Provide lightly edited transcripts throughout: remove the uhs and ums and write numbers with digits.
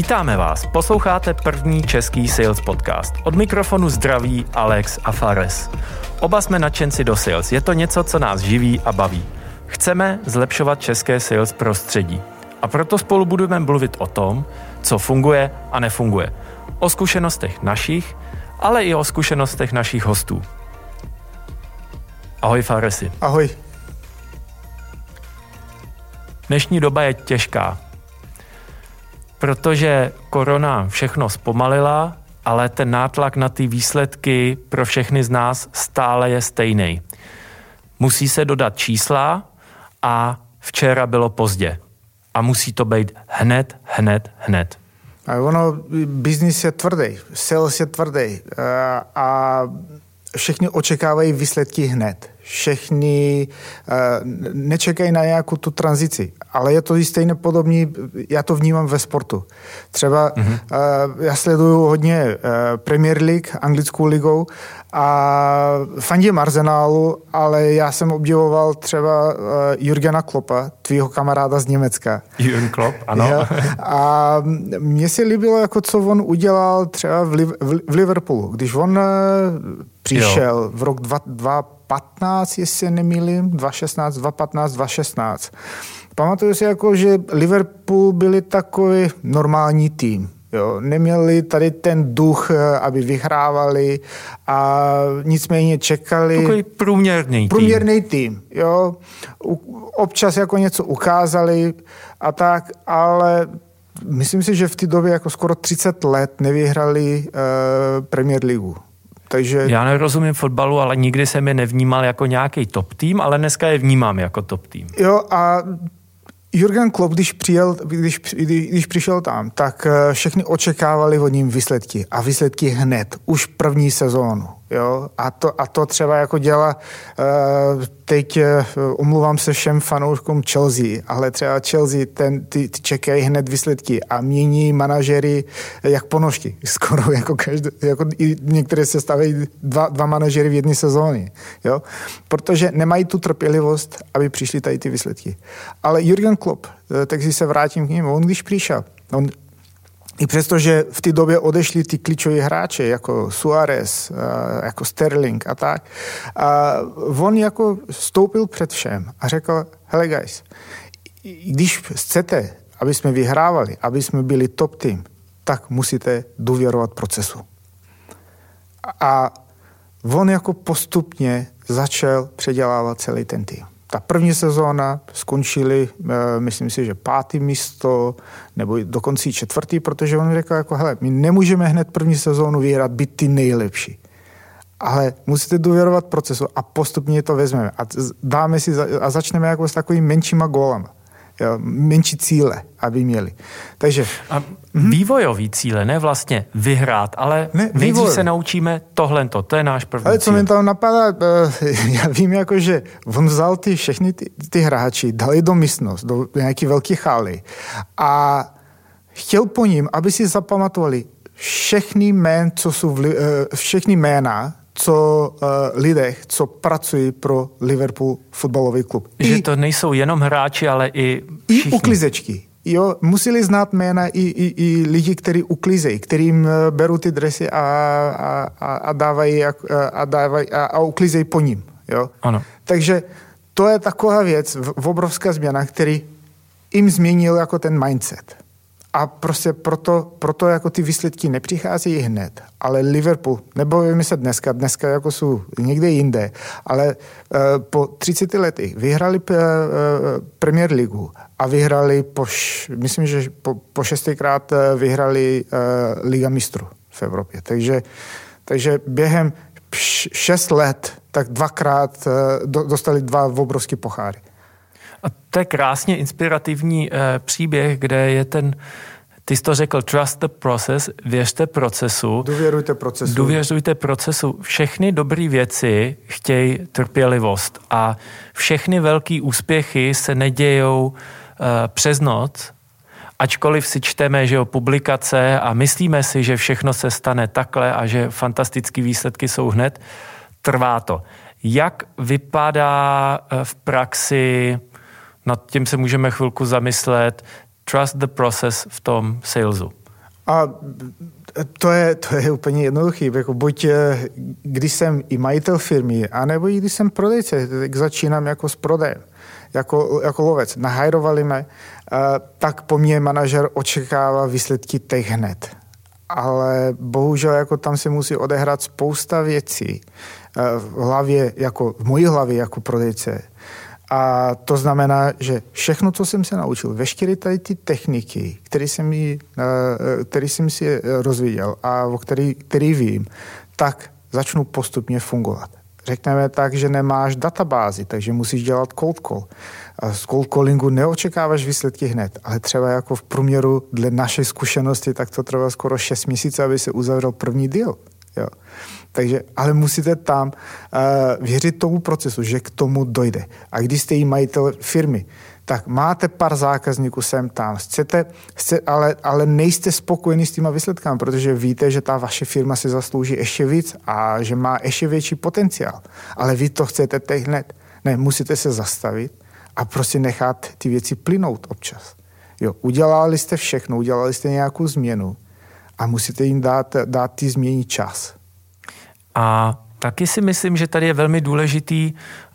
Vítáme vás, posloucháte první český sales podcast. Od mikrofonu zdraví Alex a Fares. Oba jsme nadšenci do sales, je to něco, co nás živí a baví. Chceme zlepšovat české sales prostředí. A proto spolu budeme mluvit o tom, co funguje a nefunguje. O zkušenostech našich, ale i o zkušenostech našich hostů. Ahoj Faresi. Ahoj. Dnešní doba je těžká, protože korona všechno zpomalila, ale ten nátlak na ty výsledky pro všechny z nás stále je stejný. Musí se dodat čísla a včera bylo pozdě. A musí to být hned. A ono, biznis je tvrdý, sales je tvrdý a všichni očekávají výsledky hned. Všichni nečekají na nějakou tu tranzici, ale je to i stejně podobný, já to vnímám ve sportu. Třeba já sleduju hodně Premier League, anglickou ligou a fandím Arsenalu, ale já jsem obdivoval třeba Jürgena Kloppa, tvýho kamaráda z Německa. Jürgen Klopp, ano. A mně se líbilo, jako co on udělal třeba v Liverpoolu, když on přišel v rok 2015, jestli se nemýlím, 2016, 2015, 2016. Pamatuju si, jako, že Liverpool byli takový normální tým. Jo, neměli tady ten duch, aby vyhrávali a nicméně čekali. Takový průměrný tým. Jo. Občas jako něco ukázali a tak, ale myslím si, že v té době jako skoro 30 let nevyhrali Premier League. Takže... Já nerozumím fotbalu, ale nikdy jsem je nevnímal jako nějaký top tým, ale dneska je vnímám jako top tým. Jo, a Jürgen Klopp, když přišel tam, tak všichni očekávali od ním výsledky. A výsledky hned, už první sezónu. Jo? A to třeba jako dělá, teď omluvám se všem fanouškům Chelsea, ale třeba Chelsea, ty čekají hned výsledky a mění manažery jak ponožky. Skoro jako i některé se staví dva manažery v jedné sezóně. Jo? Protože nemají tu trpělivost, aby přišly tady ty výsledky. Ale Jürgen Klopp, tak si se vrátím k němu, on když přišel, i přesto, že v té době odešli ty klíčoví hráči, jako Suárez, jako Sterling a tak, a on jako stoupil před všem a řekl, hele guys, když chcete, aby jsme vyhrávali, aby jsme byli top tým, tak musíte důvěřovat procesu. A on jako postupně začal předělávat celý ten tým. Ta první sezóna skončili, myslím si, že 5. místo, nebo dokonce 4., protože on řekl, jako, hele, my nemůžeme hned první sezónu vyhrát, být ty nejlepší. Ale musíte důvěřovat procesu a postupně to vezmeme. A začneme jako s takovými menšíma gólama. Jo, menší cíle, aby měli. Takže... A vývojový cíle, ne vlastně vyhrát, ale nejdřív se naučíme tohleto, to je náš první cíl. Ale co mi tam napadá, já vím, jako, že on vzal všechny ty hráči, dali do místnost, do nějaké velké haly a chtěl po ním, aby si zapamatovali všechny jména, co lidech, co pracují pro Liverpool fotbalový klub. Že to nejsou jenom hráči, ale i všichni. I uklízečky. Jo, museli znát jména i lidi, kteří uklízejí, kterým berou ty dresy a dávají a uklízejí po ním. Jo? Ano. Takže to je taková věc, obrovská změna, který jim změnil jako ten mindset. A prostě proto jako ty výsledky nepřicházejí hned. Ale Liverpool, nebojíme se dneska jako jsou někde jinde, ale po 30 letech vyhrali Premier League a vyhrali myslím, že po 6krát vyhrali Liga mistrů v Evropě. Takže během 6 let tak 2krát dostali 2 obrovské pocháry. A to je krásně inspirativní příběh, kde je ty jsi to řekl, trust the process, věřte procesu. Důvěřujte procesu. Všechny dobré věci chtějí trpělivost a všechny velký úspěchy se nedějou přes noc, ačkoliv si čteme, že publikace a myslíme si, že všechno se stane takhle a že fantastické výsledky jsou hned, trvá to. Jak vypadá v praxi, nad tím se můžeme chvilku zamyslet, trust the process v tom salesu? A to je úplně jednoduchý. Jako buď když jsem i majitel firmy, anebo i když jsem prodejce, tak začínám jako s prodejem, jako lovec. Nahajrovali mě, tak po mně manažer očekává výsledky teď hned. Ale bohužel jako tam se musí odehrát spousta věcí v mojí hlavě jako prodejce. A to znamená, že všechno, co jsem se naučil, veškeré tady ty techniky, které jsem si rozviděl a o který vím, tak začnou postupně fungovat. Řekneme tak, že nemáš databázi, takže musíš dělat cold call. A z cold callingu neočekáváš výsledky hned, ale třeba jako v průměru dle naší zkušenosti, tak to trvá skoro 6 měsíců, aby se uzavřel první deal. Jo. Takže, ale musíte tam věřit tomu procesu, že k tomu dojde. A když jste jí majitel firmy, tak máte pár zákazníků sem tam, ale nejste spokojeni s těma výsledkami, protože víte, že ta vaše firma si zaslouží ještě víc a že má ještě větší potenciál. Ale vy to chcete teď hned. Ne, musíte se zastavit a prostě nechat ty věci plynout občas. Jo, udělali jste všechno, udělali jste nějakou změnu a musíte jim dát ty změny čas. A taky si myslím, že tady je velmi důležitý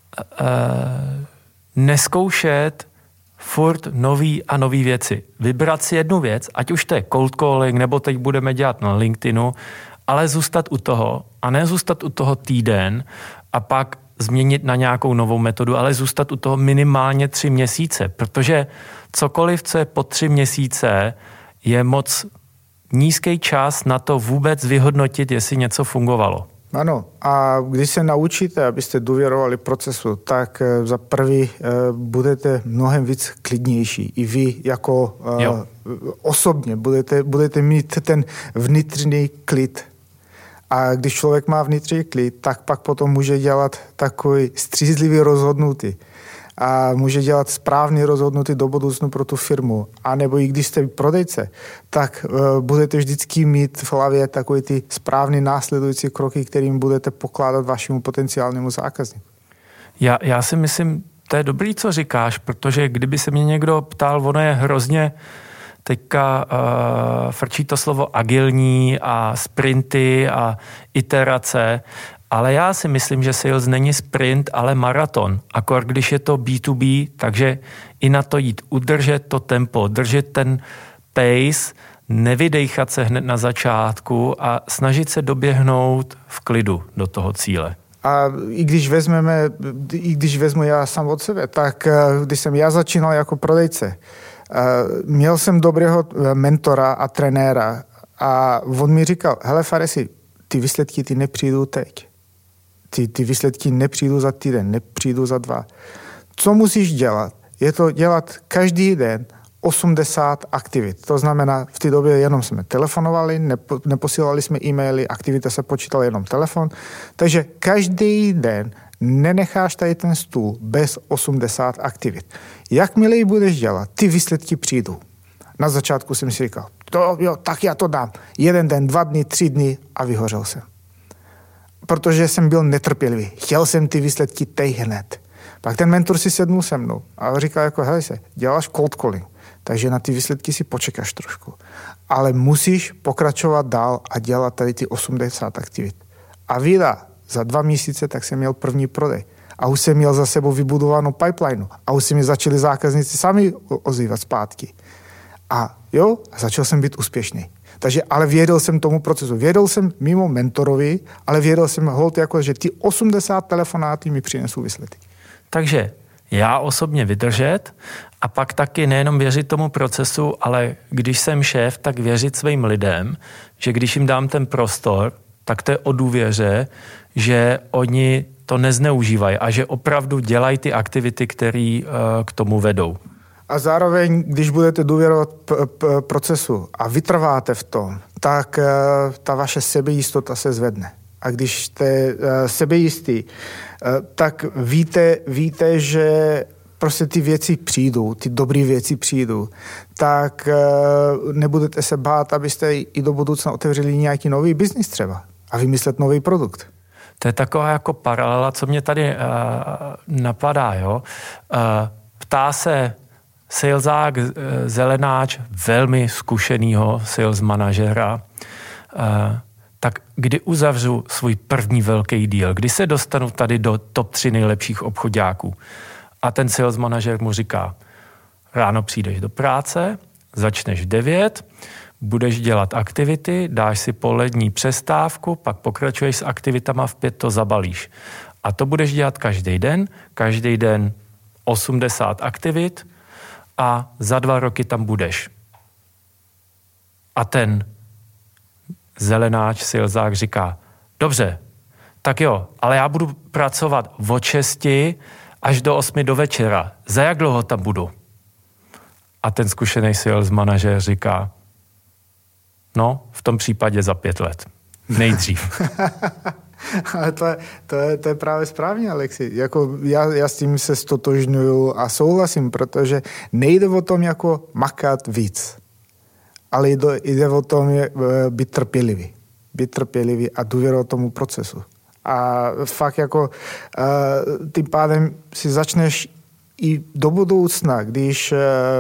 neskoušet furt nový věci. Vybrat si jednu věc, ať už to je cold calling, nebo teď budeme dělat na LinkedInu, ale zůstat u toho a ne zůstat u toho týden a pak změnit na nějakou novou metodu, ale zůstat u toho minimálně 3 měsíce, protože cokoliv, co je po 3 měsíce, je moc nízký čas na to vůbec vyhodnotit, jestli něco fungovalo. Ano, a když se naučíte, abyste důvěrovali procesu, tak za prvý budete mnohem víc klidnější. I vy jako osobně budete mít ten vnitřní klid. A když člověk má vnitřní klid, tak pak potom může dělat takový střízlivý rozhodnutí. A může dělat správný rozhodnutí do budoucnu pro tu firmu. A nebo i když jste prodejce, tak budete vždycky mít v hlavě takové ty správné následující kroky, kterým budete pokládat vašemu potenciálnímu zákazníku. Já si myslím, to je dobrý, co říkáš, protože kdyby se mě někdo ptal, ono je hrozně teďka frčí to slovo agilní a sprinty a iterace, ale já si myslím, že sales není sprint, ale maraton. Akor když je to B2B, takže i na to jít, udržet to tempo, držet ten pace, nevydejchat se hned na začátku a snažit se doběhnout v klidu do toho cíle. A i když vezmu já sám od sebe, tak když jsem já začínal jako prodejce, měl jsem dobrého mentora a trenéra a on mi říkal, hele Faresi, ty výsledky ty nepřijdou teď. Ty výsledky nepřijdou za týden, nepřijdou za 2. Co musíš dělat? Je to dělat každý den 80 aktivit. To znamená, v té době jenom jsme telefonovali, neposílali jsme e-maily, aktivita se počítala jenom telefon. Takže každý den nenecháš tady ten stůl bez 80 aktivit. Jakmile ji budeš dělat, ty výsledky přijdou. Na začátku jsem si říkal, tak já to dám. 1 den, 2 dny, 3 dny a vyhořel jsem. Protože jsem byl netrpělivý. Chtěl jsem ty výsledky teď hned. Pak ten mentor si sednul se mnou a říkal jako, hele se, děláš cold calling, takže na ty výsledky si počekáš trošku. Ale musíš pokračovat dál a dělat tady ty 80 aktivit. A vida, za 2 měsíce tak jsem měl první prodej. A už jsem měl za sebou vybudovanou pipeline. A už se mi začali zákazníci sami ozývat zpátky. A začal jsem být úspěšný. Takže, ale věděl jsem tomu procesu. Věděl jsem mimo mentorovi, ale věděl jsem holt jako, že ty 80 telefonátů mi přinesou výsledky. Takže já osobně vydržet a pak taky nejenom věřit tomu procesu, ale když jsem šéf, tak věřit svým lidem, že když jim dám ten prostor, tak to je o důvěře, že oni to nezneužívají a že opravdu dělají ty aktivity, které k tomu vedou. A zároveň, když budete důvěřovat procesu a vytrváte v tom, tak ta vaše sebejistota se zvedne. A když jste sebejistý, tak víte, že prostě ty věci přijdou, ty dobré věci přijdou, tak nebudete se bát, abyste i do budoucna otevřeli nějaký nový biznis třeba a vymyslet nový produkt. To je taková jako paralela, co mě tady napadá. Jo? Ptá se salesák, zelenáč, velmi zkušenýho sales manažera, tak kdy uzavřu svůj první velký deal, kdy se dostanu tady do top 3 nejlepších obchodáků. A ten sales manažer mu říká, ráno přijdeš do práce, začneš v 9, budeš dělat aktivity, dáš si polední přestávku, pak pokračuješ s aktivitama, v 5 to zabalíš. A to budeš dělat každý den 80 aktivit a za 2 roky tam budeš. A ten zelenáč, salesák říká, dobře, tak jo, ale já budu pracovat od 6 až do 8 do večera. Za jak dlouho tam budu? A ten zkušený sales manažer říká, no, v tom případě za 5 let. Nejdřív. Ale to je právě správně, Alexi. Jako já s tím se stotožňuju a souhlasím, protože nejde o tom jako makat víc, ale jde o tom být trpělivý. Být trpělivý a důvěřovat tomu procesu. A fakt jako tím pádem si začneš i do budoucna, když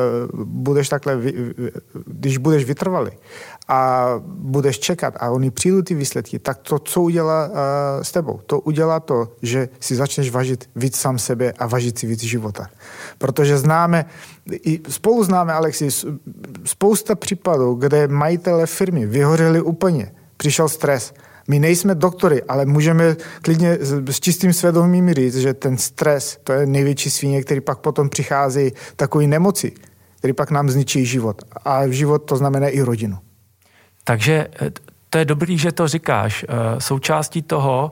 budeš vytrvalý a budeš čekat a oni přijdou ty výsledky, tak to, co udělá s tebou? To udělá to, že si začneš vážit víc sám sebe a vážit si víc života. Protože spolu známe, Alexi, spousta případů, kde majitele firmy vyhořeli úplně, přišel stres. My nejsme doktory, ale můžeme klidně s čistým svědomím říct, že ten stres, to je největší svině, který pak potom přichází takový nemoci, který pak nám zničí život. A život to znamená i rodinu. Takže to je dobrý, že to říkáš. Součástí toho,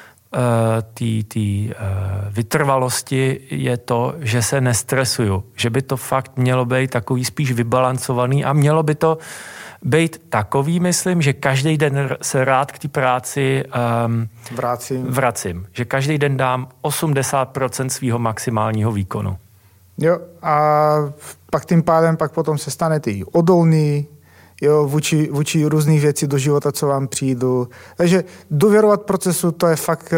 té vytrvalosti je to, že se nestresuju. Že by to fakt mělo být takový spíš vybalancovaný a mělo by to být takový, myslím, že každý den se rád k té práci vracím. Že každý den dám 80% svého maximálního výkonu. Jo, a pak tím pádem potom se stanete i odolný, jo, vůči různých věcí do života, co vám přijdou. Takže důvěřovat procesu, to je fakt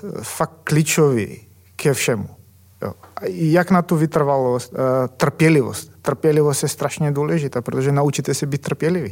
klíčový ke všemu. Jo. Jak na tu vytrvalost, trpělivost. Trpělivost je strašně důležitá, protože naučíte se být trpělivý.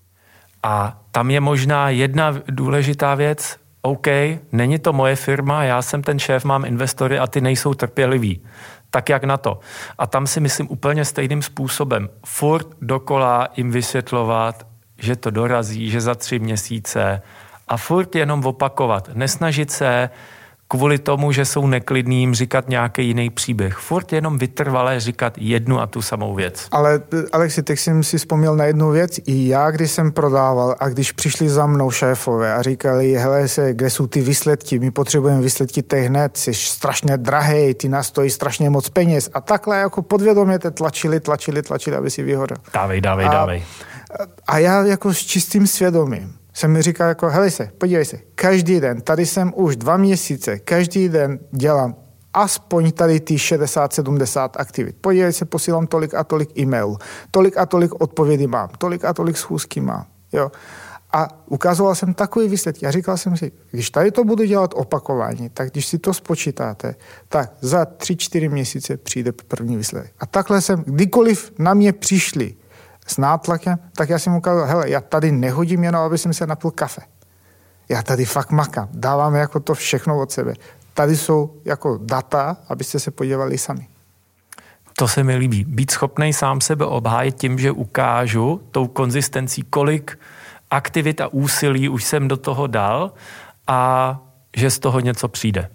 A tam je možná jedna důležitá věc. OK, není to moje firma, já jsem ten šéf, mám investory a ty nejsou trpěliví. Tak jak na to? A tam si myslím úplně stejným způsobem. Furt dokola jim vysvětlovat, že to dorazí, že za 3 měsíce a furt jenom opakovat. Nesnažit se kvůli tomu, že jsou neklidným, říkat nějaký jiný příběh. Furt jenom vytrvalé říkat jednu a tu samou věc. Ale Alexi, teď jsem si vzpomněl na jednu věc. I já, když jsem prodával a když přišli za mnou šéfové a říkali, hele, kde jsou ty výsledky, my potřebujeme výsledky teď hned, jsi strašně drahej, ty nás stojí strašně moc peněz. A takhle jako podvědomě te tlačili, aby si vyhořel. Dávej. A já jako s čistým svědomím jsem mi říkal jako, hele se, podívej se, každý den, tady jsem už 2 měsíce, každý den dělám aspoň tady ty 60-70 aktivit. Podívej se, posílám tolik a tolik e-mailů, tolik a tolik odpovědí mám, tolik a tolik schůzky mám. Jo. A ukazoval jsem takový výsledky a říkal jsem si, když tady to budu dělat opakování, tak když si to spočítáte, tak za 3-4 měsíce přijde první výsledek. A takhle jsem, kdykoliv na mě přišli s nátlakem, tak já jsem ukázal, hele, já tady nehodím jenom, aby jsem se napil kafe. Já tady fakt makám, dávám jako to všechno od sebe. Tady jsou jako data, abyste se podívali sami. To se mi líbí. Být schopnej sám sebe obhájit tím, že ukážu tou konzistencí, kolik aktivit a úsilí už jsem do toho dal a že z toho něco přijde.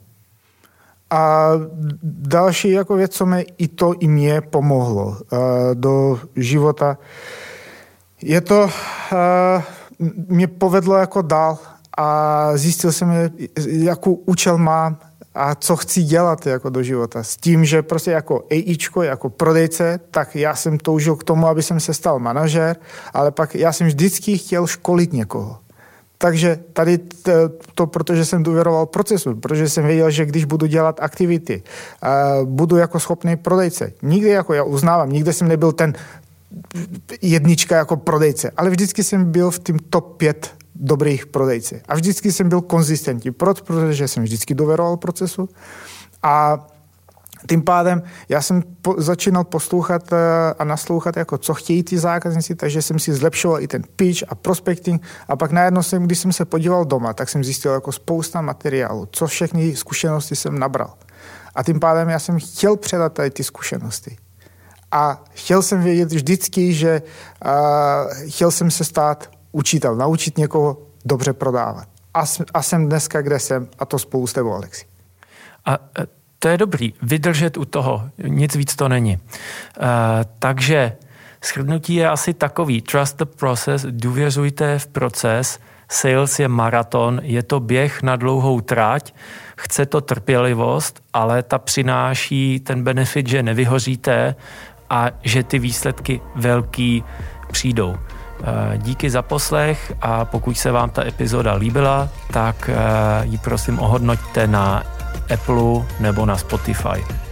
A další jako věc, co i mě pomohlo do života, je to, mě povedlo jako dál a zjistil jsem, jakou účel mám a co chci dělat jako do života. S tím, že prostě jako AIčko, jako prodejce, tak já jsem toužil k tomu, aby jsem se stal manažer, ale pak já jsem vždycky chtěl školit někoho. Takže tady to, protože jsem důvěroval procesu, protože jsem věděl, že když budu dělat aktivity, budu jako schopný prodejce. Nikdy, jako já uznávám, nikdy jsem nebyl ten jednička jako prodejce, ale vždycky jsem byl v tým top 5 dobrých prodejce. A vždycky jsem byl konzistentní, protože jsem vždycky důvěroval procesu a Tím pádem já jsem začínal poslouchat a naslouchat, jako co chtějí ty zákazníci, takže jsem si zlepšoval i ten pitch a prospecting a pak najednou když jsem se podíval doma, tak jsem zjistil jako spousta materiálu, co všechny zkušenosti jsem nabral. A tím pádem já jsem chtěl předat tady ty zkušenosti. A chtěl jsem vědět vždycky, že chtěl jsem se stát učitel, naučit někoho dobře prodávat. A jsem dneska, kde jsem, a to spolu s tebou, Alexi. A to je dobrý, vydržet u toho, nic víc to není. Takže shrnutí je asi takový, trust the process, důvěřujte v proces, sales je maraton, je to běh na dlouhou trať, chce to trpělivost, ale ta přináší ten benefit, že nevyhoříte a že ty výsledky velký přijdou. Díky za poslech a pokud se vám ta epizoda líbila, tak ji prosím ohodnoťte na Apple nebo na Spotify.